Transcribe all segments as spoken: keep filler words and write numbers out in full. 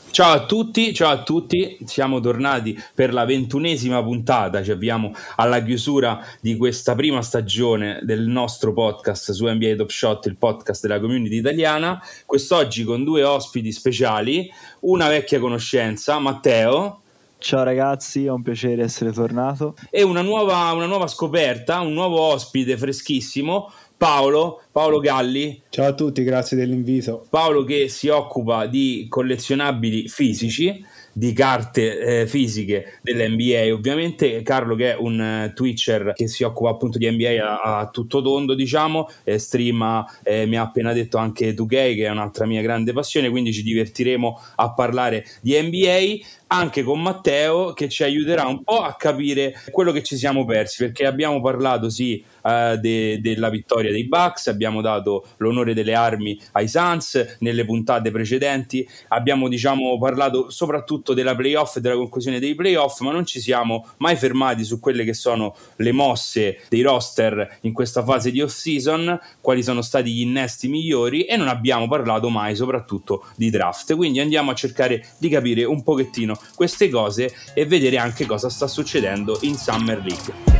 Ciao a tutti, ciao a tutti, siamo tornati per la ventunesima puntata, ci avviamo alla chiusura di questa prima stagione del nostro podcast su N B A Top Shot, il podcast della community italiana. Quest'oggi con due ospiti speciali, una vecchia conoscenza, Matteo. Ciao ragazzi, è un piacere essere tornato. E una nuova, una nuova scoperta, un nuovo ospite freschissimo, Paolo, Paolo Galli. Ciao a tutti, grazie dell'invito. Paolo che si occupa di collezionabili fisici, di carte eh, fisiche dell'N B A ovviamente. Carlo che è un uh, Twitcher che si occupa appunto di N B A a, a tutto tondo, diciamo, eh, streama, eh, mi ha appena detto anche due K, che è un'altra mia grande passione, quindi ci divertiremo a parlare di N B A anche con Matteo, che ci aiuterà un po' a capire quello che ci siamo persi, perché abbiamo parlato sì uh, de- della vittoria dei Bucks, abbiamo dato l'onore delle armi ai Suns nelle puntate precedenti, abbiamo diciamo parlato soprattutto della playoff e della conclusione dei playoff, ma non ci siamo mai fermati su quelle che sono le mosse dei roster in questa fase di off season, quali sono stati gli innesti migliori, e non abbiamo parlato mai soprattutto di draft. Quindi andiamo a cercare di capire un pochettino queste cose e vedere anche cosa sta succedendo in Summer League.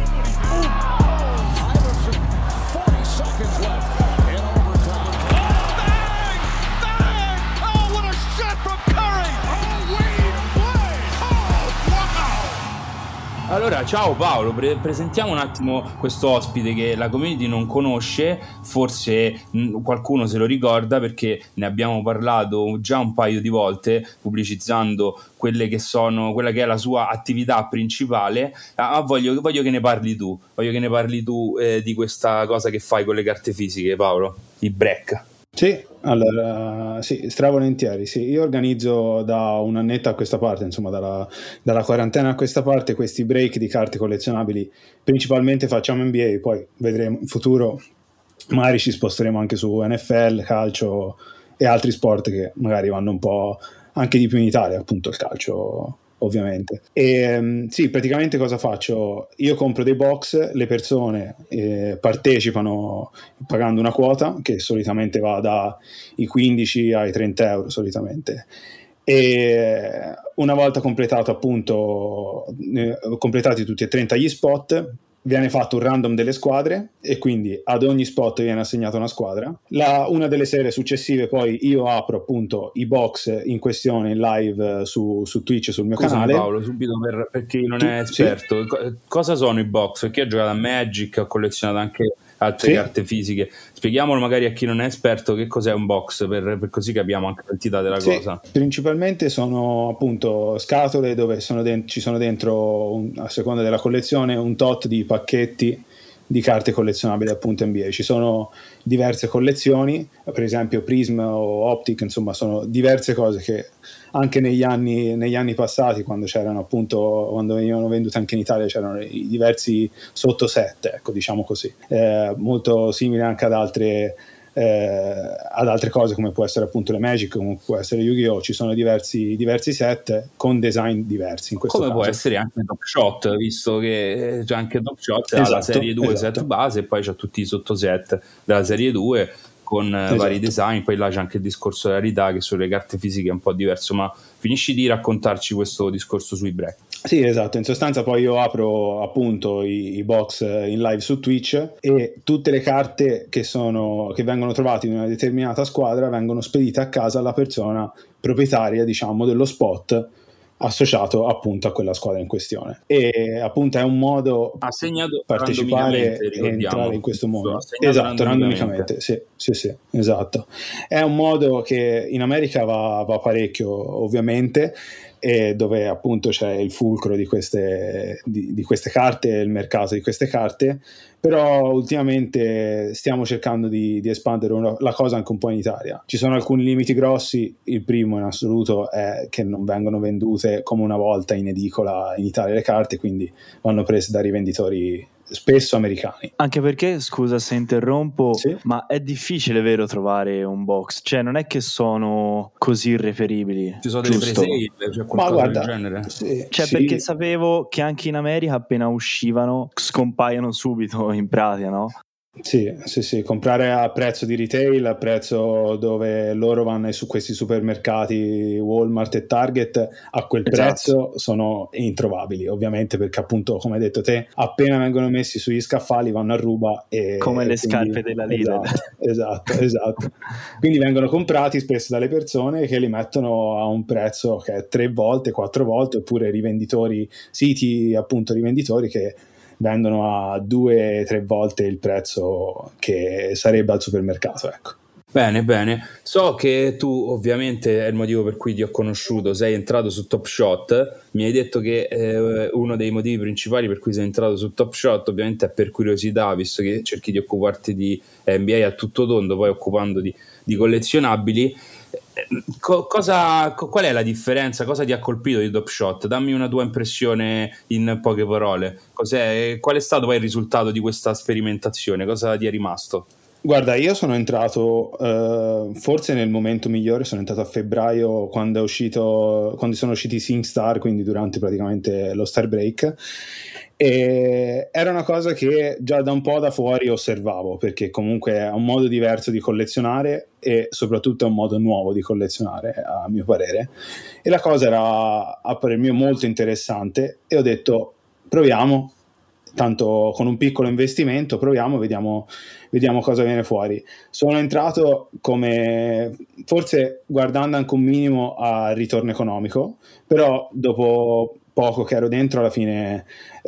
Allora, ciao Paolo, pre- presentiamo un attimo questo ospite che la community non conosce, forse mh, qualcuno se lo ricorda perché ne abbiamo parlato già un paio di volte pubblicizzando quelle che sono, quella che è la sua attività principale. Ah, voglio, voglio che ne parli tu, voglio che ne parli tu eh, di questa cosa che fai con le carte fisiche, Paolo, i break. Sì, allora, sì, stravolentieri, sì. Io organizzo da un annetto a questa parte, insomma dalla, dalla quarantena a questa parte, questi break di carte collezionabili. Principalmente facciamo N B A, poi vedremo in futuro, magari ci sposteremo anche su N F L, calcio e altri sport che magari vanno un po' anche di più in Italia, appunto il calcio ovviamente. E sì, praticamente cosa faccio? Io compro dei box, le persone eh, partecipano pagando una quota che solitamente va dai quindici ai trenta euro solitamente, e una volta completato appunto eh, completati tutti e trenta gli spot, viene fatto un random delle squadre e quindi ad ogni spot viene assegnata una squadra. La, una delle sere successive poi io apro appunto i box in questione in live su, su Twitch, sul mio Scusami, canale. Paolo, subito per, per chi non è esperto, sì. Cosa sono i box? Perché io ho giocato a Magic, ho collezionato anche altre sì. carte fisiche. Spieghiamolo magari a chi non è esperto che cos'è un box, per, per così capiamo anche l'entità della sì. cosa. Principalmente sono appunto scatole dove sono dent- ci sono dentro, un, a seconda della collezione, un tot di pacchetti di carte collezionabili appunto N B A. Ci sono diverse collezioni, per esempio Prism o Optic, insomma sono diverse cose che anche negli anni, negli anni passati, quando c'erano appunto, quando venivano vendute anche in Italia, c'erano i diversi sottoset, ecco, diciamo così, eh, molto simili anche ad altre eh, ad altre cose come può essere appunto le Magic, come può essere Yu-Gi-Oh! Ci sono diversi, diversi set con design diversi in questo come caso. Può essere anche Top Shot, visto che c'è anche Top Shot esatto, ha la serie due esatto. set base e poi c'ha tutti i sottoset della serie due con esatto. vari design, poi là c'è anche il discorso della rarità che sulle carte fisiche è un po' diverso, ma finisci di raccontarci questo discorso sui break. Sì, esatto, in sostanza poi io apro appunto i, i box in live su Twitch e tutte le carte che, sono, che vengono trovate in una determinata squadra vengono spedite a casa alla persona proprietaria, diciamo, dello spot associato appunto a quella squadra in questione, e appunto è un modo assegnato partecipare e entrare in questo mondo esatto, randomicamente sì, sì, sì, esatto. È un modo che in America va, va parecchio ovviamente, e dove appunto c'è il fulcro di queste, di, di queste carte, il mercato di queste carte, però ultimamente stiamo cercando di, di espandere una, la cosa anche un po' in Italia. Ci sono alcuni limiti grossi, il primo in assoluto è che non vengono vendute come una volta in edicola in Italia le carte, quindi vanno prese da rivenditori spesso americani. Anche perché, scusa se interrompo, sì? ma è difficile, vero, trovare un box? Cioè non è che sono così irreperibili. Ci sono delle presale, cioè qualcosa guarda, del genere? Sì, cioè sì. Perché sapevo che anche in America appena uscivano scompaiono subito in pratica, no? Sì, sì, sì, comprare a prezzo di retail, a prezzo dove loro vanno su questi supermercati Walmart e Target, a quel Esatto. prezzo sono introvabili, ovviamente, perché appunto, come hai detto te, appena vengono messi sugli scaffali vanno a ruba e come le e quindi, scarpe della Lidl. esatto, esatto, esatto. Quindi vengono comprati spesso dalle persone che li mettono a un prezzo che è tre volte, quattro volte, oppure rivenditori, siti appunto rivenditori che vendono a due, tre volte il prezzo che sarebbe al supermercato, ecco. Bene, bene. So che tu, ovviamente, è il motivo per cui ti ho conosciuto, sei entrato su Top Shot. Mi hai detto che eh, uno dei motivi principali per cui sei entrato su Top Shot, ovviamente, è per curiosità, visto che cerchi di occuparti di N B A a tutto tondo, poi occupando di collezionabili. Co- cosa, co- qual è la differenza? Cosa ti ha colpito di Top Shot? Dammi una tua impressione in poche parole. Cos'è, qual è stato poi il risultato di questa sperimentazione? Cosa ti è rimasto? Guarda, io sono entrato eh, forse nel momento migliore, sono entrato a febbraio quando è uscito, quando sono usciti i SingStar, quindi durante praticamente lo Star Break, e era una cosa che già da un po' da fuori osservavo, perché comunque è un modo diverso di collezionare e soprattutto è un modo nuovo di collezionare, a mio parere, e la cosa era a parer mio molto interessante e ho detto proviamo, tanto con un piccolo investimento proviamo, vediamo, vediamo cosa viene fuori. Sono entrato come forse guardando anche un minimo a ritorno economico, però dopo poco che ero dentro alla fine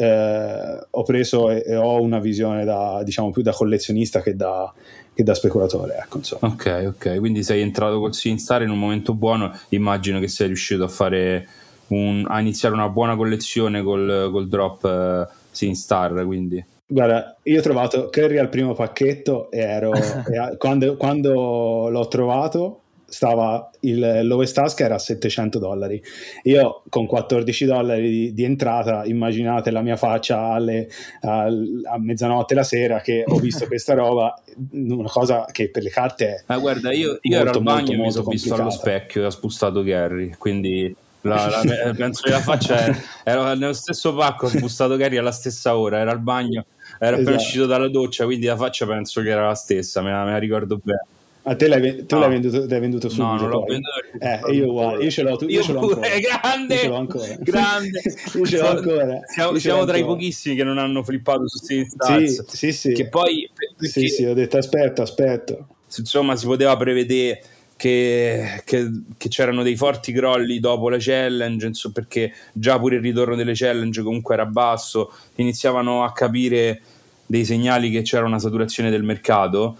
eh, ho preso e, e ho una visione da, diciamo, più da collezionista che da, che da speculatore, ecco, insomma. Ok, ok, quindi sei entrato col SingStar in un momento buono, immagino che sei riuscito a fare un, a iniziare una buona collezione col, col drop eh, SingStar, quindi. Guarda, io ho trovato Curry al primo pacchetto e ero e a, quando, quando l'ho trovato stava il lowest task era a settecento dollari. Io con quattordici dollari di, di entrata, immaginate la mia faccia alle, a, a mezzanotte la sera che ho visto questa roba, una cosa che per le carte è ah, guarda, io, io molto, ero al bagno molto, e mi molto sono visto complicata. allo specchio e ha spustato Gary, quindi la, la, penso che la faccia era, era nello stesso pacco, ha sbustato Gary alla stessa ora, era al bagno, era appena Esatto. uscito dalla doccia, quindi la faccia penso che era la stessa, me la, me la ricordo bene. A te l'hai, tu no. l'hai venduto, l'hai venduto subito? No, non l'ho poi. venduto. Eh, io uguale, io ce l'ho, tu, io io ce l'ho pure, ancora. grande, io ce l'ho ancora. grande. io ce l'ho ancora. Siamo, io ce siamo l'ho tra ancora. i pochissimi che non hanno flippato su SingStars. Sì, sì, sì. Che poi, sì, sì, ho detto aspetta, aspetta. Insomma, si poteva prevedere che, che, che c'erano dei forti crolli dopo le challenge, insomma, perché già pure il ritorno delle challenge comunque era basso, iniziavano a capire dei segnali che c'era una saturazione del mercato,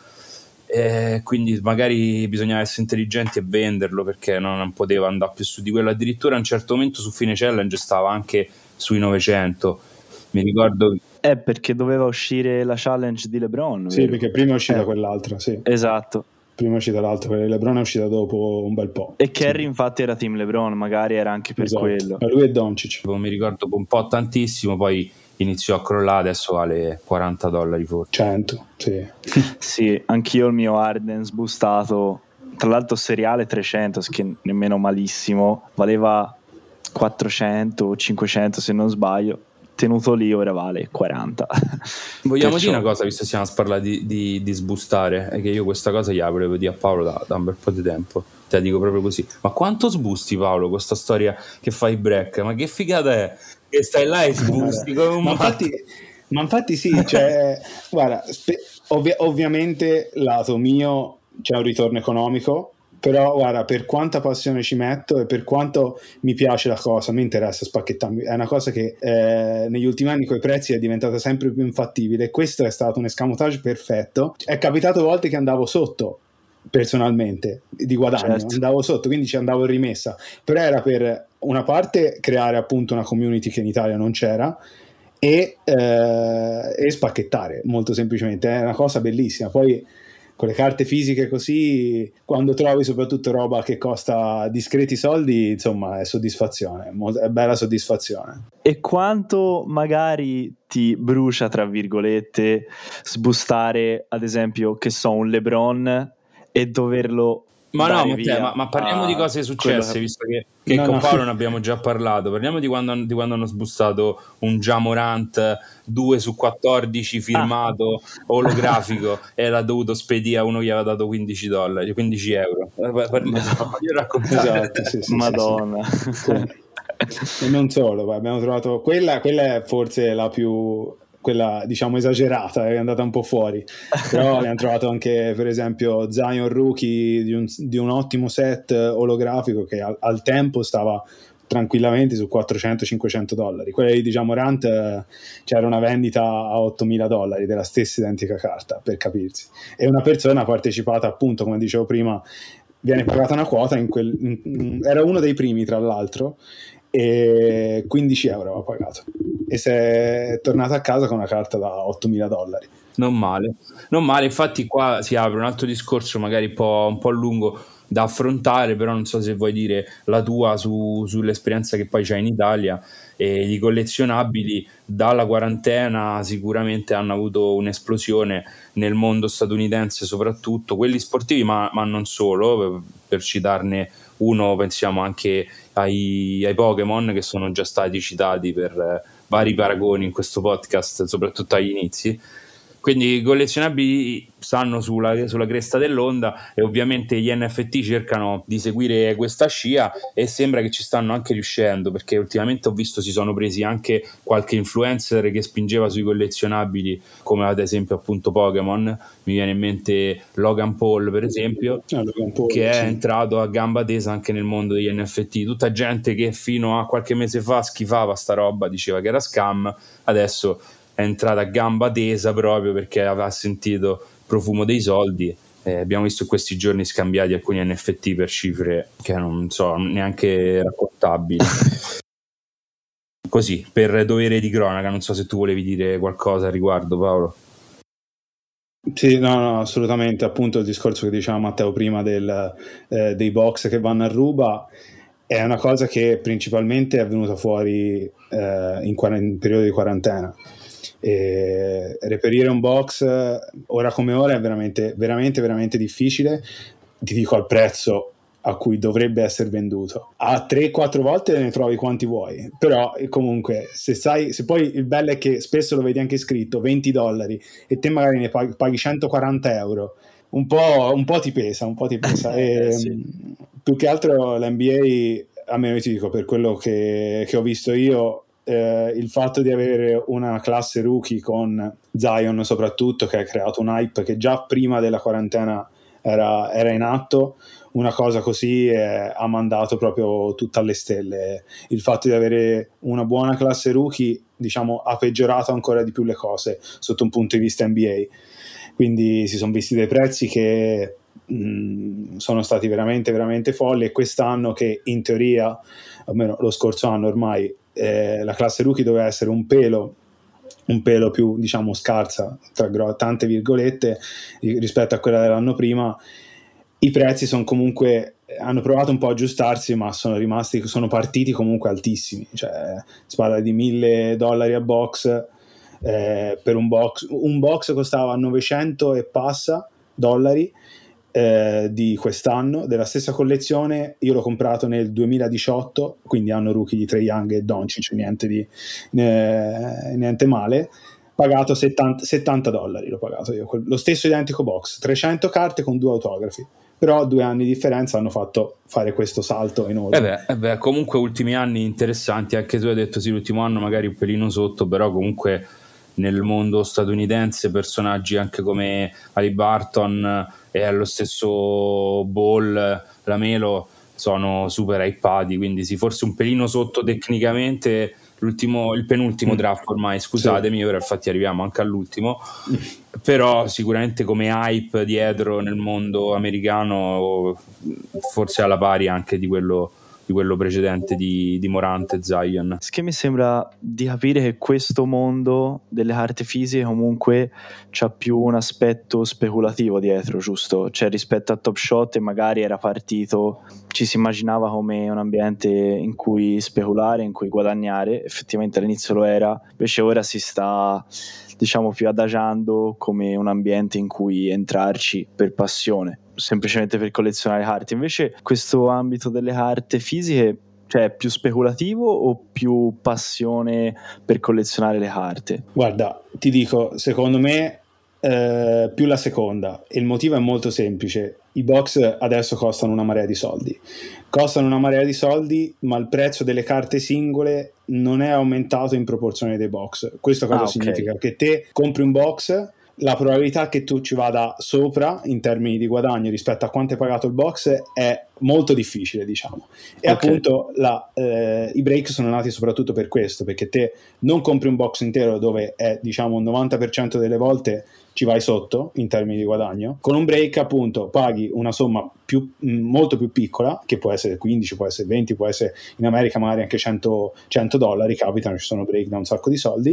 eh, quindi magari bisognava essere intelligenti e venderlo perché non, non poteva andare più su di quello. Addirittura a un certo momento su fine challenge stava anche sui novecento, mi ricordo. È perché doveva uscire la challenge di LeBron, sì, vero? perché prima è uscita eh. quell'altra, sì. Esatto. Prima è uscita l'altra, perché LeBron è uscita dopo un bel po'. E Curry sì. infatti era team LeBron, magari era anche per esatto. quello. Ma lui è Doncic. Mi ricordo un po' tantissimo, poi iniziò a crollare, adesso vale quaranta dollari forse. cento, sì. Sì, anch'io il mio Harden sbustato, tra l'altro seriale trecento, che nemmeno malissimo, valeva quattrocento o cinquecento se non sbaglio, tenuto lì ora vale quaranta. Vogliamo Perciò... dire una cosa, visto che stiamo a parlare di, di, di sbustare, è che io questa cosa gliela volevo dire a Paolo da, da un bel po' di tempo, te la dico proprio così: ma quanto sbusti, Paolo, con questa storia che fai break? Ma che figata è che stai là e sbusti come un ma infatti, ma infatti sì, cioè, guarda, spe- ovvi- ovviamente lato mio c'è un ritorno economico, però guarda, per quanta passione ci metto e per quanto mi piace la cosa, mi interessa spacchettarmi, è una cosa che eh, negli ultimi anni coi prezzi è diventata sempre più infattibile e questo è stato un escamotage perfetto. È capitato a volte che andavo sotto personalmente di guadagno, certo. andavo sotto, quindi ci andavo in rimessa, però era per una parte creare appunto una community che in Italia non c'era e, eh, e spacchettare molto semplicemente, è una cosa bellissima. Poi con le carte fisiche così, quando trovi soprattutto roba che costa discreti soldi, insomma è soddisfazione, è bella soddisfazione. E quanto magari ti brucia, tra virgolette, sbustare ad esempio, che so, un LeBron e doverlo Ma no, dare Matteo, via ma, ma parliamo a di cose successe, quello che- visto che, che No, con no. Paolo ne abbiamo già parlato. Parliamo di quando, di quando hanno sbustato un Ja Morant due su quattordici firmato olografico e l'ha dovuto spedire a uno che gli aveva dato quindici dollari, quindici euro. Io raccontare. Esatto, sì, sì, Madonna. sì, sì. E non solo, poi abbiamo trovato quella, quella è forse la più, quella diciamo esagerata, è andata un po' fuori, però abbiamo trovato anche per esempio Zion Rookie di un, di un ottimo set olografico che al, al tempo stava tranquillamente su quattrocento cinquecento dollari. Quella di diciamo Morant, eh, c'era una vendita a ottomila dollari della stessa identica carta, per capirsi, e una persona ha partecipato, appunto, come dicevo prima, viene pagata una quota in quel, in, era uno dei primi tra l'altro, e quindici euro aveva pagato e si è tornato a casa con una carta da ottomila dollari. Non male, non male, infatti qua si apre un altro discorso magari un po', un po' lungo da affrontare, però non so se vuoi dire la tua su, sull'esperienza che poi c'hai in Italia. E i collezionabili dalla quarantena sicuramente hanno avuto un'esplosione nel mondo statunitense, soprattutto quelli sportivi, ma, ma non solo. Per, per citarne uno, pensiamo anche ai, ai Pokémon, che sono già stati citati per eh, vari paragoni in questo podcast, soprattutto agli inizi. Quindi i collezionabili stanno sulla, sulla cresta dell'onda e ovviamente gli N F T cercano di seguire questa scia e sembra che ci stanno anche riuscendo, perché ultimamente ho visto si sono presi anche qualche influencer che spingeva sui collezionabili, come ad esempio appunto Pokémon. Mi viene in mente Logan Paul, per esempio, Ah, Logan Paul, che è sì. entrato a gamba tesa anche nel mondo degli N F T. Tutta gente che fino a qualche mese fa schifava sta roba, diceva che era scam, adesso è entrata a gamba tesa proprio perché aveva sentito il profumo dei soldi. Eh, abbiamo visto in questi giorni scambiati alcuni N F T per cifre che non so neanche raccontabili. Così, per dovere di cronaca, non so se tu volevi dire qualcosa al riguardo, Paolo. Sì, no, no, assolutamente. Appunto il discorso che diceva Matteo prima del, eh, dei box che vanno a ruba è una cosa che principalmente è venuta fuori eh, in, quar- in periodo di quarantena. E reperire un box ora come ora è veramente veramente veramente difficile. Ti dico al prezzo a cui dovrebbe essere venduto, a tre quattro volte ne trovi quanti vuoi, però comunque se sai, se poi il bello è che spesso lo vedi anche scritto venti dollari e te magari ne paghi, paghi centoquaranta euro, un po', un po' ti pesa, un po' ti pesa. E, eh, sì. Più che altro l'N B A, a me ti dico, per quello che, che ho visto io, Eh, il fatto di avere una classe rookie con Zion soprattutto, che ha creato un hype che già prima della quarantena era, era in atto, una cosa così eh, ha mandato proprio tutto alle stelle. Il fatto di avere una buona classe rookie, diciamo, ha peggiorato ancora di più le cose sotto un punto di vista N B A, quindi si sono visti dei prezzi che mh, sono stati veramente veramente folli, e quest'anno, che in teoria, almeno lo scorso anno ormai, Eh, la classe rookie doveva essere un pelo un pelo più, diciamo, scarsa, tra gro- tante virgolette, rispetto a quella dell'anno prima. I prezzi sono comunque, hanno provato un po' a aggiustarsi, ma sono rimasti, sono partiti comunque altissimi, cioè si parla di mille dollari a box, eh, per un box un box costava novecento e passa dollari, Eh, di quest'anno, della stessa collezione. Io l'ho comprato nel duemiladiciotto, quindi anno rookie di Trae Young e Doncic, niente di eh, niente male, pagato settanta, settanta dollari, l'ho pagato io, lo stesso identico box, trecento carte con due autografi, però due anni di differenza hanno fatto fare questo salto enorme. Eh beh, eh beh, comunque ultimi anni interessanti, anche tu hai detto sì, l'ultimo anno magari un pelino sotto, però comunque nel mondo statunitense personaggi anche come Haliburton e lo stesso Ball, Lamelo sono super hypati, quindi sì, forse un pelino sotto tecnicamente l'ultimo, il penultimo draft ormai, scusatemi, sì. Ora infatti arriviamo anche all'ultimo, però sicuramente come hype dietro nel mondo americano forse alla pari anche di quello di quello precedente di, di Morant e Zion. Che mi sembra di capire che questo mondo delle carte fisiche comunque c'ha più un aspetto speculativo dietro, giusto? Cioè rispetto a Top Shot, e magari era partito, ci si immaginava come un ambiente in cui speculare, in cui guadagnare, effettivamente all'inizio lo era, invece ora si sta, diciamo, più adagiando come un ambiente in cui entrarci per passione. semplicemente per collezionare carte. Invece questo ambito delle carte fisiche, cioè è più speculativo o più passione per collezionare le carte? Guarda, ti dico, secondo me eh, più la seconda. Il motivo è molto semplice. I box adesso costano una marea di soldi. Costano una marea di soldi, ma il prezzo delle carte singole non è aumentato in proporzione dei box. Questo cosa Ah, significa? ok. Che te compri un box, la probabilità che tu ci vada sopra in termini di guadagno rispetto a quanto hai pagato il box è molto difficile, diciamo. E Ok. appunto la, eh, i break sono nati soprattutto per questo, perché te non compri un box intero dove è, diciamo, un novanta per cento delle volte ci vai sotto in termini di guadagno. Con un break appunto paghi una somma più, mh, molto più piccola, che può essere quindici, può essere venti, può essere in America magari anche cento, cento dollari, capitano, ci sono break da un sacco di soldi,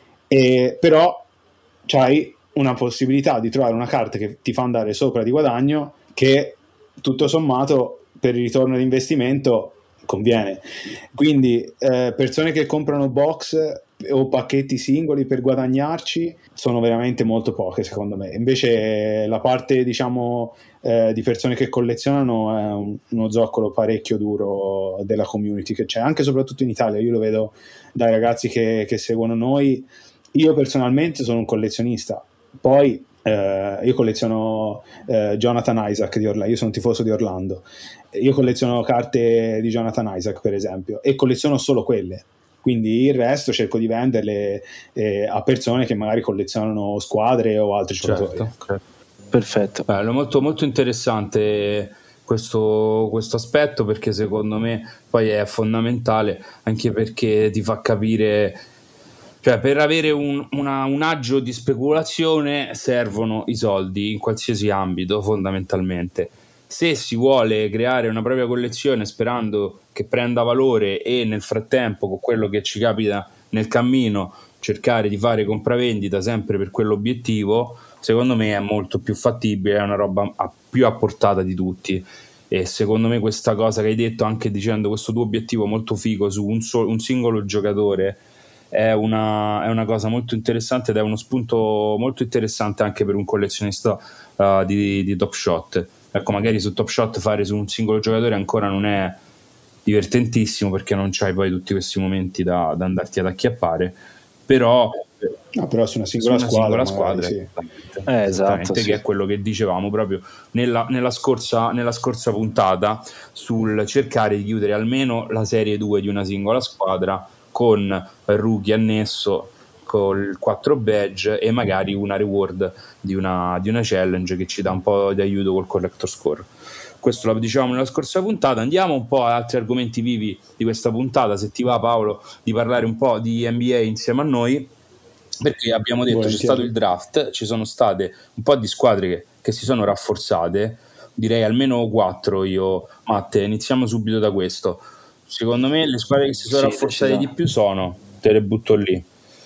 e, però c'hai una possibilità di trovare una carta che ti fa andare sopra di guadagno, che tutto sommato per il ritorno di investimento conviene. Quindi eh, persone che comprano box o pacchetti singoli per guadagnarci sono veramente molto poche, secondo me. Invece la parte, diciamo, eh, di persone che collezionano è un, uno zoccolo parecchio duro della community che c'è, anche e soprattutto in Italia. Io lo vedo dai ragazzi che, che seguono noi. Io personalmente sono un collezionista, poi eh, io colleziono eh, Jonathan Isaac di Orlando, io sono tifoso di Orlando, io colleziono carte di Jonathan Isaac per esempio, e colleziono solo quelle, quindi il resto cerco di venderle eh, a persone che magari collezionano squadre o altri giocatori. Certo. Perfetto. Bello, molto, molto interessante questo, questo aspetto, perché secondo me poi è fondamentale, anche perché ti fa capire, cioè per avere un, una, un aggio di speculazione servono i soldi in qualsiasi ambito fondamentalmente. Se si vuole creare una propria collezione sperando che prenda valore e nel frattempo con quello che ci capita nel cammino cercare di fare compravendita sempre per quell'obiettivo, secondo me è molto più fattibile, è una roba a, più a portata di tutti. E secondo me questa cosa che hai detto, anche dicendo questo tuo obiettivo molto figo su un, so, un singolo giocatore, è una, è una cosa molto interessante ed è uno spunto molto interessante anche per un collezionista uh, di, di Top Shot. Ecco, magari su Top Shot fare su un singolo giocatore ancora non è divertentissimo, perché non c'hai poi tutti questi momenti da, da andarti ad acchiappare, però no, però su una singola su una squadra, singola magari, squadra sì. Eh, esatto, che sì. è quello che dicevamo proprio nella, nella, scorsa, nella scorsa puntata, sul cercare di chiudere almeno la serie due di una singola squadra con rookie annesso, col quattro badge e magari una reward di una, di una challenge che ci dà un po' di aiuto col collector score. Questo lo dicevamo nella scorsa puntata. Andiamo un po' ad altri argomenti vivi di questa puntata, se ti va Paolo di parlare un po' di N B A insieme a noi, perché abbiamo detto Volentieri. c'è stato il draft, ci sono state un po' di squadre che, che si sono rafforzate, direi almeno quattro. Io, Matte, iniziamo subito da questo. Secondo me le squadre che si sono Sì, rafforzate decisamente. di più sono, te le butto lì,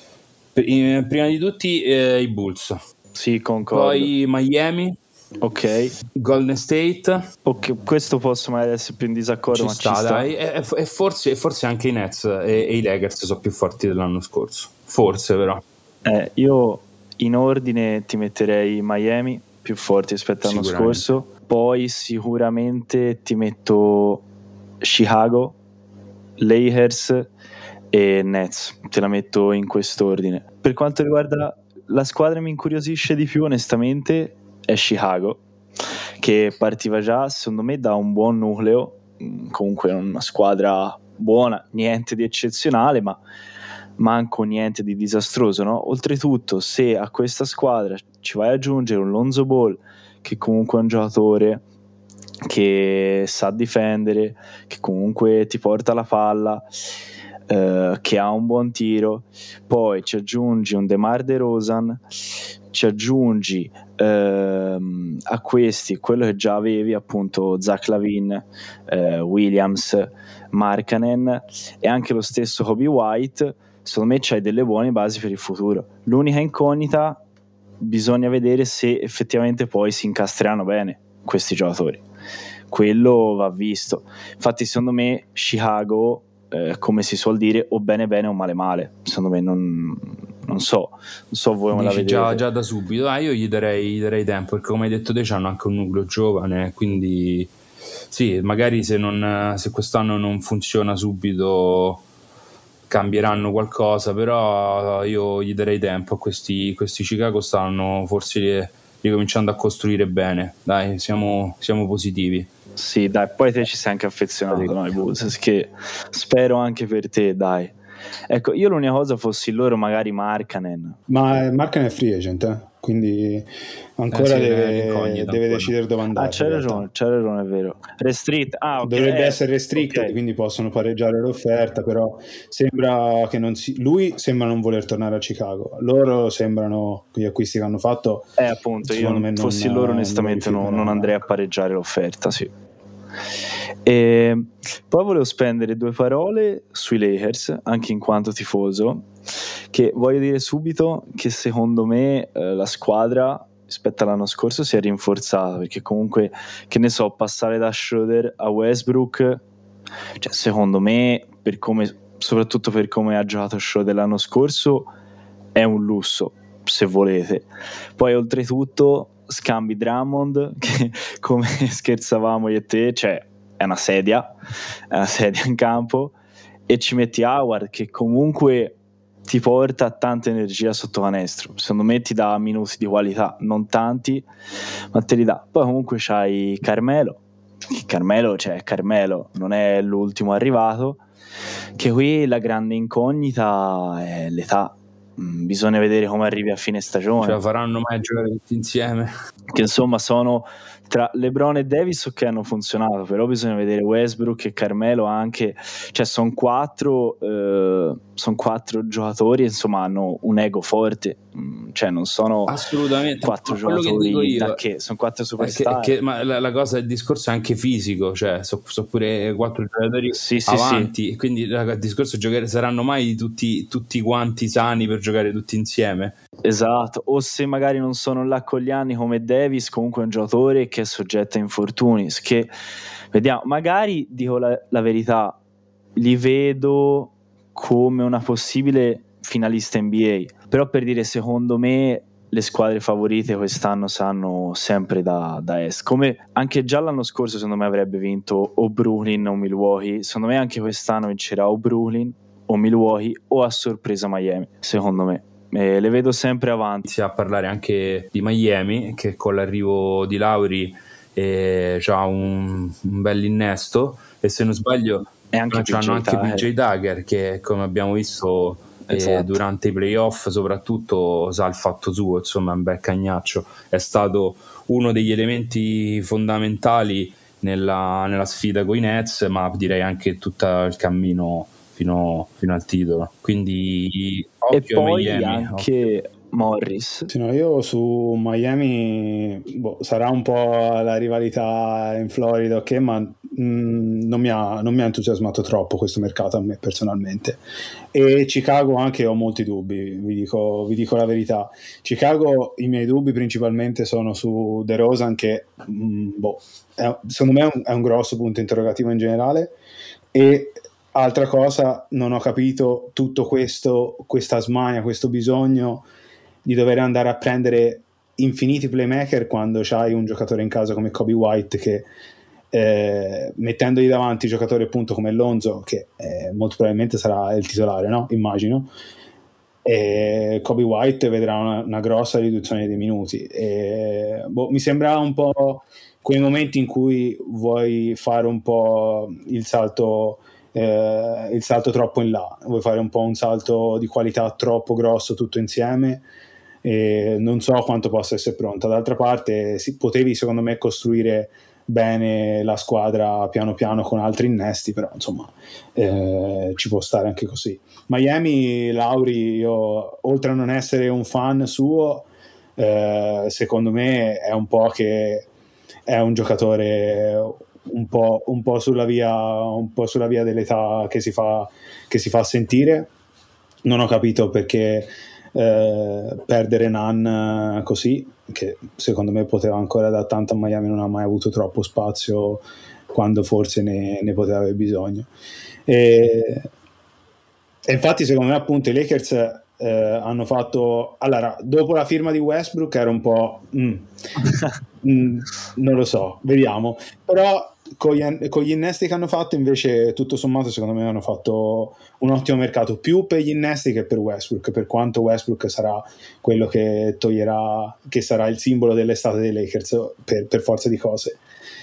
prima di tutti eh, i Bulls, Sì, concordo. poi Miami, Ok. Golden State. Ok, questo posso magari essere più in disaccordo, Ci ma sta, ci sta. dai. E, e forse, forse anche i Nets e, e i Lakers sono più forti dell'anno scorso, forse, però Eh, io in ordine ti metterei Miami più forti rispetto all'anno Sicuramente. scorso, poi sicuramente ti metto Chicago, Lakers e Nets, te la metto in quest'ordine. Per quanto riguarda la squadra che mi incuriosisce di più onestamente è Chicago, che partiva già secondo me da un buon nucleo, comunque una squadra buona, niente di eccezionale, ma manco niente di disastroso, no? Oltretutto, se a questa squadra ci vai ad aggiungere un Lonzo Ball, che comunque è un giocatore che sa difendere, che comunque ti porta la palla, eh, che ha un buon tiro, poi ci aggiungi un DeMar DeRozan, ci aggiungi ehm, a questi quello che già avevi, appunto Zach LaVine, eh, Williams, Markkanen e anche lo stesso Kobe White, secondo me c'hai delle buone basi per il futuro. L'unica incognita, bisogna vedere se effettivamente poi si incastreranno bene questi giocatori, quello va visto. Infatti secondo me Chicago, eh, come si suol dire, o bene bene o male male, secondo me non, non so, non so voi come la vedete. Già, già da subito, ah, io gli darei, gli darei tempo, perché come hai detto te hanno anche un nucleo giovane, quindi sì, magari se, non, se quest'anno non funziona subito cambieranno qualcosa, però io gli darei tempo a questi, questi Chicago stanno forse ricominciando a costruire bene, dai, siamo, siamo positivi. Sì, dai, poi te ci sei anche affezionato, no, ai Bulls, che spero anche per te, dai. Ecco, io l'unica cosa fossi loro magari Markkanen. Ma Markkanen è free agent, eh? Quindi ancora eh sì, deve, deve decidere dove andare. Ah, c'è ragione, c'è ragione, è vero. Restrict, ah, okay. Dovrebbe eh, essere restricted, okay. Quindi possono pareggiare l'offerta, però sembra che non si... lui sembra non voler tornare a Chicago. Loro sembrano, gli acquisti che hanno fatto, eh appunto, io me fossi non, loro onestamente non, non andrei a pareggiare l'offerta, sì. E poi volevo spendere due parole sui Lakers, anche in quanto tifoso, che voglio dire subito che secondo me eh, la squadra rispetto all'anno scorso si è rinforzata, perché comunque, che ne so, passare da Schroeder a Westbrook, cioè secondo me, per come, soprattutto per come ha giocato Schroeder l'anno scorso, è un lusso, se volete. Poi oltretutto scambi Drummond, che come scherzavamo io e te, cioè è una sedia, è una sedia in campo, e ci metti Howard che comunque ti porta tanta energia sotto canestro, secondo me ti dà minuti di qualità, non tanti, ma te li dà. Poi comunque c'hai Carmelo, che Carmelo, cioè Carmelo non è l'ultimo arrivato, che qui la grande incognita è l'età. Bisogna vedere come arrivi a fine stagione. Ce la faranno mai a giocare tutti insieme? Che insomma sono tra LeBron e Davis che hanno funzionato, però bisogna vedere Westbrook e Carmelo anche, cioè sono quattro eh, sono quattro giocatori, insomma hanno un ego forte, cioè non sono assolutamente quattro giocatori da che sono quattro superstar. Che, che, ma la, la cosa del discorso è anche fisico, cioè sono so pure quattro giocatori sì, sì, avanti, sì. Quindi il discorso è giocare, saranno mai tutti, tutti quanti sani per giocare tutti insieme? Esatto, o se magari non sono là con gli anni come Davis, comunque è un giocatore che è soggetto a infortuni, che vediamo, magari dico la, la verità, li vedo come una possibile finalista N B A, però per dire, secondo me le squadre favorite quest'anno sanno sempre da, da est, come anche già l'anno scorso secondo me avrebbe vinto o Brooklyn o Milwaukee, secondo me anche quest'anno vincerà o Brooklyn o Milwaukee o a sorpresa Miami, secondo me. Eh, le vedo sempre avanti. Si a parlare anche di Miami, che con l'arrivo di Lauri eh, ha un, un bel innesto, e se non sbaglio e anche hanno anche P J Tucker, che come abbiamo visto esatto. eh, durante i playoff soprattutto sa il fatto suo, insomma è un bel cagnaccio, è stato uno degli elementi fondamentali nella, nella sfida con i Nets, ma direi anche tutto il cammino fino, fino al titolo, quindi occhio e poi Miami, anche occhio. Morris. Sì, no, io su Miami boh, sarà un po' la rivalità in Florida, ok, ma mh, non, mi ha, non mi ha entusiasmato troppo questo mercato a me personalmente. E Chicago anche ho molti dubbi, vi dico, vi dico la verità. Chicago i miei dubbi principalmente sono su DeRozan, che mh, boh, è, secondo me è un, è un grosso punto interrogativo in generale. E altra cosa, non ho capito tutto questo, questa smania, questo bisogno di dover andare a prendere infiniti playmaker quando c'hai un giocatore in casa come Kobe White che eh, mettendogli davanti giocatori appunto come Lonzo, che eh, molto probabilmente sarà il titolare, no? Immagino, e Kobe White vedrà una, una grossa riduzione dei minuti e, boh, mi sembra un po' quei momenti in cui vuoi fare un po' il salto eh, il salto troppo in là, vuoi fare un po' un salto di qualità troppo grosso tutto insieme e non so quanto possa essere pronta. D'altra parte si, potevi secondo me costruire bene la squadra piano piano con altri innesti, però insomma eh, ci può stare anche così. Miami, Lauri, io oltre a non essere un fan suo eh, secondo me è un po' che è un giocatore un po', un po' sulla via un po' sulla via dell'età che si fa, che si fa sentire. Non ho capito perché Eh, perdere Nan così, che secondo me poteva ancora da tanto a Miami, non ha mai avuto troppo spazio quando forse ne, ne poteva avere bisogno e, e infatti secondo me appunto i Lakers eh, hanno fatto, allora, dopo la firma di Westbrook era un po' mm, mm, non lo so, vediamo, però con gli, con gli innesti che hanno fatto invece tutto sommato secondo me hanno fatto un ottimo mercato, più per gli innesti che per Westbrook, per quanto Westbrook sarà quello che toglierà, che sarà il simbolo dell'estate dei Lakers per, per forza di cose.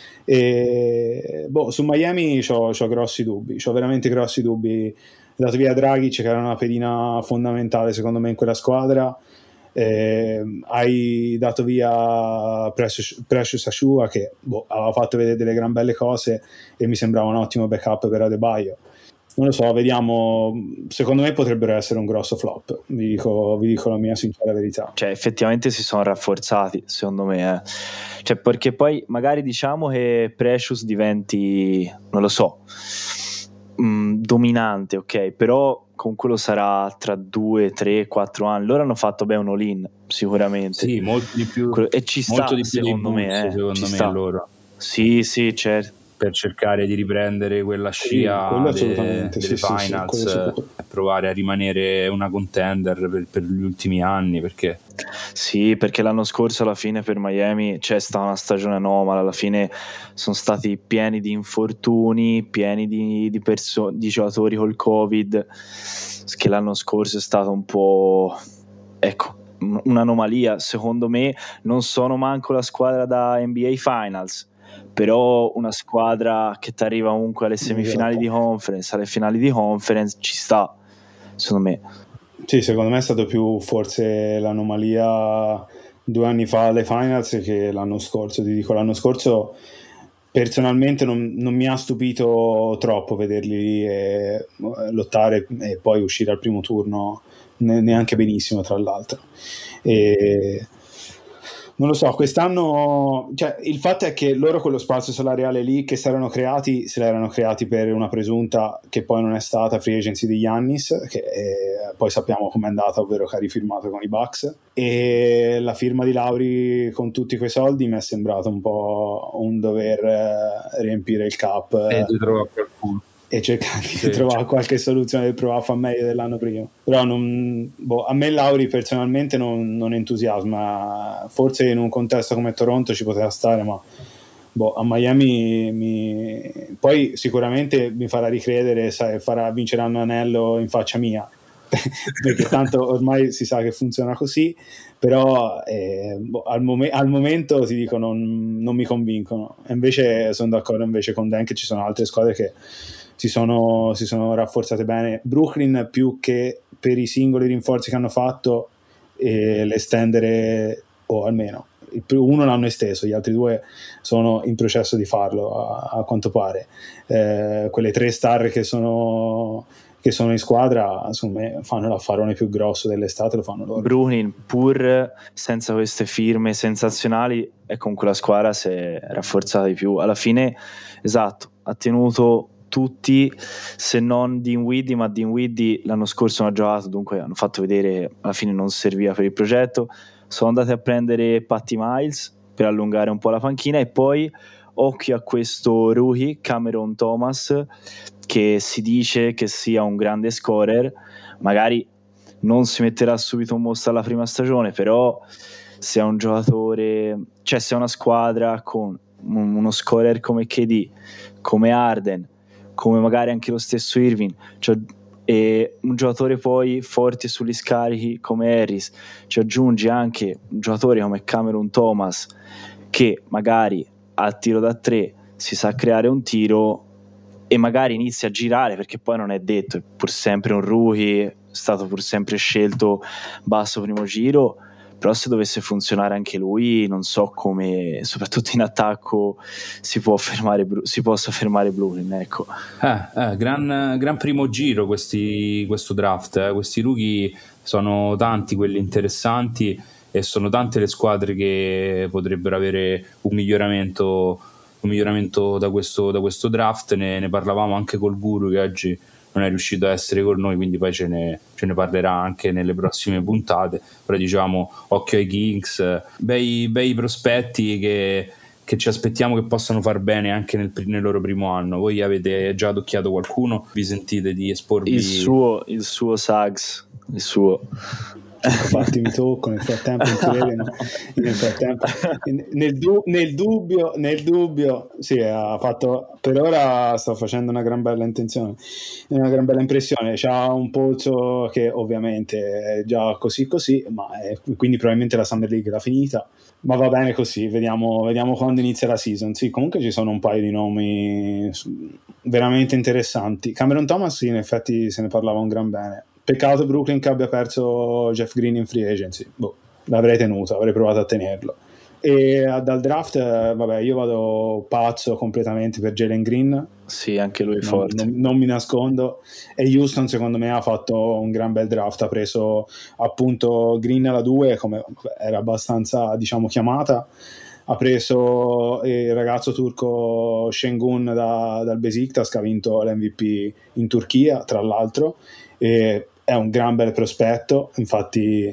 E, boh, su Miami c'ho, c'ho grossi dubbi, c'ho veramente grossi dubbi. Dato via Dragic, che era una pedina fondamentale secondo me in quella squadra, eh, hai dato via Precious, Precious Achiuwa, che boh, aveva fatto vedere delle gran belle cose e mi sembrava un ottimo backup per Adebayo. Non lo so, vediamo, secondo me potrebbero essere un grosso flop, vi dico, vi dico la mia sincera verità. Cioè effettivamente si sono rafforzati secondo me, eh. Cioè, perché poi magari diciamo che Precious diventi, non lo so, mh, dominante, ok, però comunque lo sarà tra due, tre, quattro anni. Loro hanno fatto beh un all-in sicuramente, sì, molto di più, e ci sta, molto di più secondo me, Bulls, eh, secondo ci me sta. loro. Sì, sì, certo. Per cercare di riprendere quella scia sì, de, delle sì, finals, sì, e provare a rimanere una contender per, per gli ultimi anni, perché sì, perché l'anno scorso alla fine per Miami c'è stata una stagione anomala, alla fine sono stati pieni di infortuni, pieni di, di, perso- di giocatori col Covid, che l'anno scorso è stato un po', ecco, un'anomalia. Secondo me non sono manco la squadra da N B A Finals, però una squadra che ti arriva comunque alle semifinali di conference, alle finali di conference, ci sta, secondo me. Sì, secondo me è stato più forse l'anomalia due anni fa alle finals che l'anno scorso. Ti dico, l'anno scorso personalmente non, non mi ha stupito troppo vederli lì e lottare e poi uscire al primo turno neanche benissimo, tra l'altro. E non lo so, quest'anno, cioè, il fatto è che loro quello spazio salariale lì che si erano creati, se l'erano creati per una presunta che poi non è stata free agency di Giannis, che eh, poi sappiamo com'è andata, ovvero che ha rifirmato con i Bucks, e la firma di Lauri con tutti quei soldi mi è sembrato un po' un dover eh, riempire il cap eh, di trovare qualcuno e cercare sì, di trovare cioè. qualche soluzione per provare a fare meglio dell'anno prima. Però non, boh, a me Lauri personalmente non, non entusiasma, forse in un contesto come Toronto ci poteva stare, ma boh, a Miami mi... poi sicuramente mi farà ricredere, sai, farà vincere un anello in faccia mia perché tanto ormai si sa che funziona così, però eh, boh, al, mom- al momento ti dico non, non mi convincono. E invece sono d'accordo invece con Dan che ci sono altre squadre che si sono, si sono rafforzate bene. Brooklyn più che per i singoli rinforzi che hanno fatto e l'estendere, o almeno uno l'hanno esteso, gli altri due sono in processo di farlo a, a quanto pare. Eh, quelle tre star che sono che sono in squadra, insomma, fanno l'affarone più grosso dell'estate, lo fanno loro. Brooklyn, pur senza queste firme sensazionali, è comunque la squadra si è rafforzata di più. Alla fine, esatto, ha tenuto tutti, se non Dinwiddie, ma Dinwiddie l'anno scorso non ha giocato, dunque hanno fatto vedere alla fine non serviva per il progetto. Sono andati a prendere Patty Miles per allungare un po' la panchina, e poi occhio a questo rookie Cameron Thomas, che si dice che sia un grande scorer, magari non si metterà subito un mostro alla prima stagione, però se è un giocatore, cioè se è una squadra con uno scorer come K D, come Harden, come magari anche lo stesso Irving, cioè, e un giocatore poi forte sugli scarichi come Harris, ci aggiungi anche un giocatore come Cameron Thomas che magari al tiro da tre si sa creare un tiro e magari inizia a girare, perché poi non è detto, è pur sempre un rookie, è stato pur sempre scelto basso primo giro, però se dovesse funzionare anche lui non so come, soprattutto in attacco, si può fermare, si possa fermare Brooklyn, ecco. Eh, eh, gran, gran primo giro questi, questo draft, eh. Questi rookie sono tanti quelli interessanti e sono tante le squadre che potrebbero avere un miglioramento un miglioramento da questo, da questo draft. Ne, ne parlavamo anche col Guru, che oggi non è riuscito a essere con noi, quindi poi ce ne, ce ne parlerà anche nelle prossime puntate. Però diciamo occhio ai Kings, bei, bei prospetti che, che ci aspettiamo che possano far bene anche nel, nel loro primo anno. Voi avete già adocchiato qualcuno? Vi sentite di esporvi? Il suo, il suo Suggs il suo. Infatti mi tocco nel frattempo, nel, frattempo nel, du- nel dubbio nel dubbio sì, ha fatto, per ora sto facendo una gran bella intenzione, una gran bella impressione, c'ha un polso che ovviamente è già così così, ma è, quindi probabilmente la Summer League l'ha finita, ma va bene così, vediamo, vediamo quando inizia la season. Sì, comunque ci sono un paio di nomi veramente interessanti. Cameron Thomas sì, in effetti se ne parlava un gran bene. Peccato Brooklyn che abbia perso Jeff Green in free agency. Boh, l'avrei tenuto, avrei provato a tenerlo. E dal draft, eh, vabbè, io vado pazzo completamente per Jalen Green. Sì, anche lui è non, forte. Non, non mi nascondo. E Houston, secondo me, ha fatto un gran bel draft. Ha preso appunto Green alla due, come era abbastanza, diciamo, chiamata. Ha preso il ragazzo turco Şengün da, dal Besiktas, che ha vinto l'M V P in Turchia, tra l'altro. E è un gran bel prospetto, infatti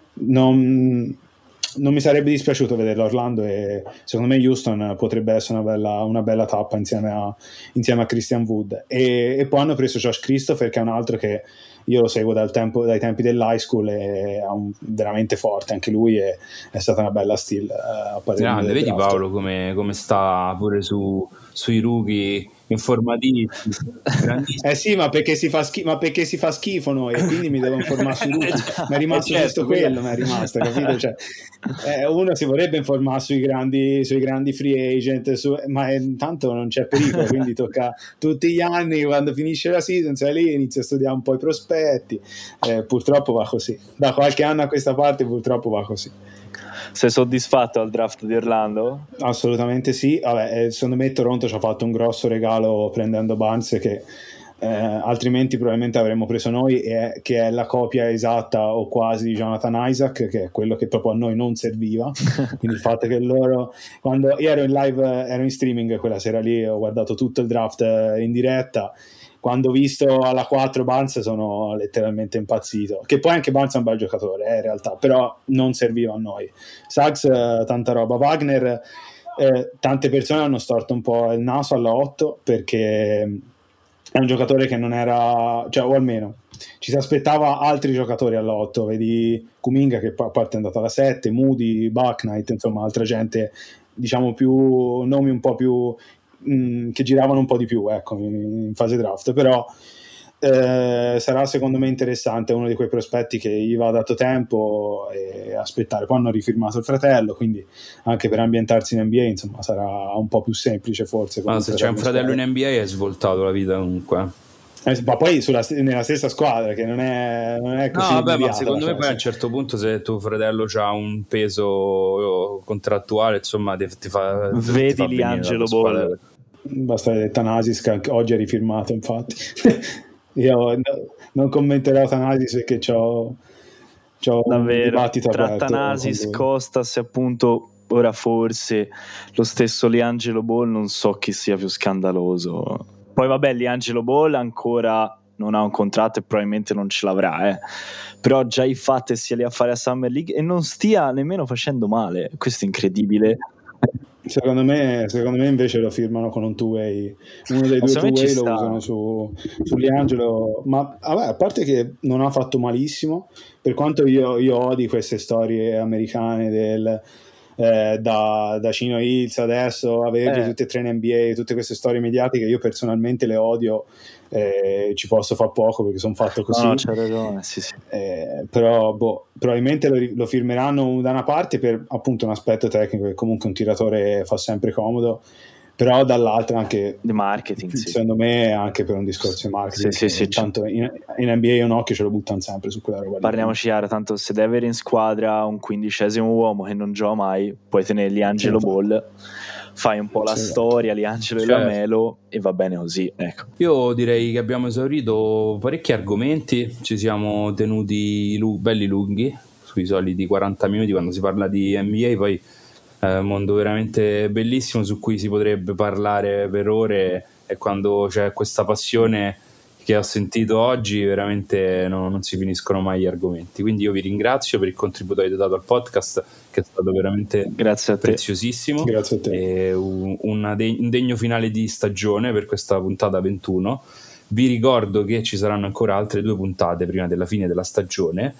non, non mi sarebbe dispiaciuto vederlo a Orlando, e secondo me Houston potrebbe essere una bella, una bella tappa insieme a, insieme a Christian Wood. E, e poi hanno preso Josh Christopher, che è un altro che io lo seguo dal tempo, dai tempi dell'high school, e è un, veramente forte anche lui, e è stata una bella steal. Eh, Grande, vedi draft. Paolo come, come sta pure su, sui rookie informativi. Eh sì, ma perché si fa schifo, ma perché si fa schifo noi, e quindi mi devo informare sui rookie. Mi è rimasto certo, giusto quello, mi è rimasto, capito? Cioè, eh, uno si vorrebbe informare sui grandi, sui grandi free agent, su, ma intanto non c'è pericolo, quindi tocca tutti gli anni, quando finisce la season, sei lì, inizia a studiare un po' i prospetti. Eh, purtroppo va così. Da qualche anno a questa parte purtroppo va così. Sei soddisfatto al draft di Orlando? Assolutamente sì. Vabbè, secondo me Toronto ci ha fatto un grosso regalo prendendo Barnes, che eh, altrimenti probabilmente avremmo preso noi, e che è la copia esatta o quasi di Jonathan Isaac, che è quello che proprio a noi non serviva. Quindi il fatto che loro, quando io ero in live, ero in streaming quella sera lì, ho guardato tutto il draft in diretta. Quando ho visto alla quattro Barnes sono letteralmente impazzito, che poi anche Barnes è un bel giocatore eh, in realtà, però non serviva a noi. Suggs, eh, tanta roba. Wagner, eh, tante persone hanno storto un po' il naso alla otto, perché è un giocatore che non era, cioè, o almeno ci si aspettava altri giocatori alla otto, vedi Kuminga che a parte è andato alla sette, Moody, Bucknight, insomma altra gente, diciamo più nomi un po' più che giravano un po' di più, ecco, in fase draft. Però eh, sarà secondo me interessante, uno di quei prospetti che gli va dato tempo e aspettare. Poi hanno rifirmato il fratello, quindi anche per ambientarsi in N B A insomma sarà un po' più semplice forse. Ma se c'è un fratello in N B A è svoltato la vita comunque. Eh, ma poi sulla, nella stessa squadra, che non è, non è così. No, vabbè, ma secondo me poi a un certo punto, se tuo fratello ha un peso contrattuale, insomma ti, ti fa vedi ti fa Liangelo Ball. Basta vedere Thanasis, che oggi è rifirmato, infatti. Io no, non commenterò Thanasis perché c'ho, c'ho davvero un dibattito tra aperto. Thanasis, Costas e appunto ora forse lo stesso Liangelo Ball, non so chi sia più scandaloso. Poi vabbè, Liangelo Ball ancora non ha un contratto e probabilmente non ce l'avrà, eh. Però già i fatti sia lì a fare a Summer League e non stia nemmeno facendo male, questo è incredibile. Secondo me, secondo me invece lo firmano con un two-way, uno dei due two-way lo usano su, su Liangelo, ma vabbè, a parte che non ha fatto malissimo, per quanto io, io odi queste storie americane del eh, da, da Chino Hills adesso averli eh. tutte e tre in N B A, tutte queste storie mediatiche, io personalmente le odio, eh, ci posso far poco perché sono fatto così. No, c'è ragione, sì, sì. Eh, però boh, probabilmente lo, lo firmeranno da una parte per appunto un aspetto tecnico, che comunque un tiratore fa sempre comodo, però dall'altra anche di marketing, secondo sì. me anche per un discorso di marketing, sì, sì, sì, tanto in, in N B A un occhio ce lo buttano sempre su quella roba. Parliamoci chiaro, tanto se deve avere in squadra un quindicesimo uomo che non gioca mai, puoi tenere Liangelo sì, Ball, fai un po' la sì, storia Liangelo certo. e Lamelo e va bene così, ecco. Io direi che abbiamo esaurito parecchi argomenti, ci siamo tenuti lu- belli lunghi sui soliti quaranta minuti quando si parla di N B A, poi è un mondo veramente bellissimo su cui si potrebbe parlare per ore, e quando c'è questa passione che ho sentito oggi veramente no, non si finiscono mai gli argomenti. Quindi io vi ringrazio per il contributo che avete dato al podcast, che è stato veramente Grazie a te. preziosissimo. Grazie a te. E un, una de- un degno finale di stagione per questa puntata ventuno. Vi ricordo che ci saranno ancora altre due puntate prima della fine della stagione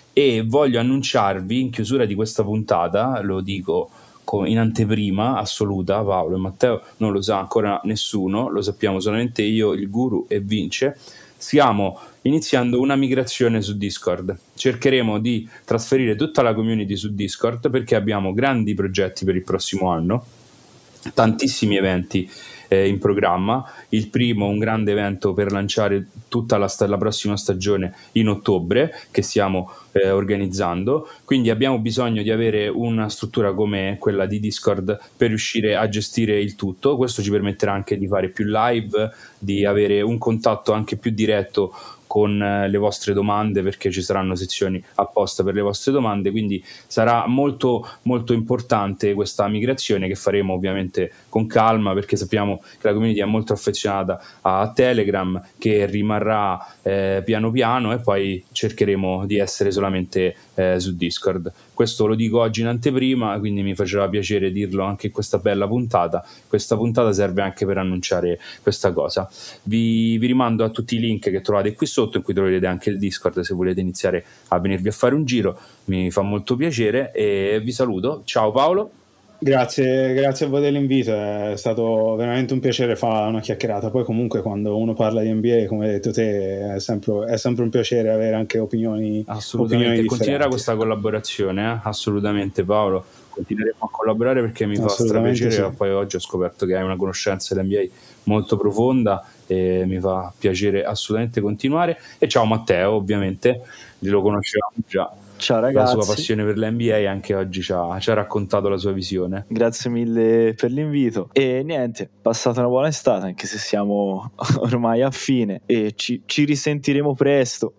e voglio annunciarvi in chiusura di questa puntata, lo dico in anteprima assoluta, Paolo e Matteo non lo sa ancora nessuno, lo sappiamo solamente io, il guru e Vince. Stiamo iniziando una migrazione su Discord. Cercheremo di trasferire tutta la community su Discord perché abbiamo grandi progetti per il prossimo anno, tantissimi eventi eh, in programma. Il primo, un grande evento per lanciare tutta la, sta- la prossima stagione in ottobre che stiamo eh, organizzando, quindi abbiamo bisogno di avere una struttura come quella di Discord per riuscire a gestire il tutto. Questo ci permetterà anche di fare più live, di avere un contatto anche più diretto con le vostre domande, perché ci saranno sezioni apposta per le vostre domande, quindi sarà molto molto importante questa migrazione che faremo ovviamente con calma, perché sappiamo che la community è molto affezionata a Telegram, che rimarrà eh, piano piano, e poi cercheremo di essere solamente eh, su Discord. Questo lo dico oggi in anteprima, quindi mi faceva piacere dirlo anche in questa bella puntata. Questa puntata serve anche per annunciare questa cosa. Vi, vi rimando a tutti i link che trovate qui sotto, in cui troverete anche il Discord se volete iniziare a venirvi a fare un giro. Mi fa molto piacere e vi saluto. Ciao Paolo. Grazie, grazie a voi dell'invito, è stato veramente un piacere fare una chiacchierata. Poi comunque quando uno parla di N B A, come hai detto te, è sempre, è sempre un piacere avere anche opinioni, assolutamente, opinioni continuerà questa collaborazione, eh? Assolutamente Paolo, continueremo a collaborare perché mi fa strapiacere, sì. Poi oggi ho scoperto che hai una conoscenza dell'N B A molto profonda e mi fa piacere assolutamente continuare. E ciao Matteo, ovviamente lo conoscevamo già. Ciao ragazzi. La sua passione per l'N B A anche oggi ci ha, ci ha raccontato la sua visione. Grazie mille per l'invito e niente, passata una buona estate, anche se siamo ormai a fine, e ci, ci risentiremo presto.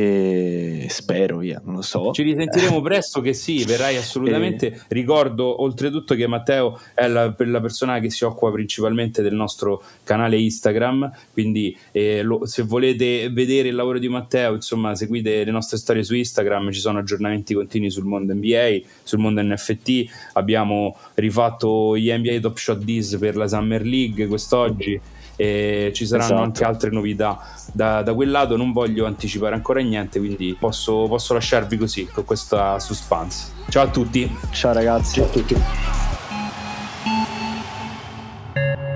E spero, via, non lo so. Ci risentiremo presto, che sì, verrai assolutamente. E... ricordo oltretutto che Matteo è la, la persona che si occupa principalmente del nostro canale Instagram, quindi eh, lo, se volete vedere il lavoro di Matteo, insomma, seguite le nostre storie su Instagram, ci sono aggiornamenti continui sul mondo N B A, sul mondo N F T. Abbiamo rifatto gli N B A Top Shot Days per la Summer League quest'oggi. E ci saranno esatto. anche altre novità da, da quel lato. Non voglio anticipare ancora niente, quindi posso, posso lasciarvi così con questa suspense. Ciao a tutti. Ciao ragazzi. Ciao a tutti.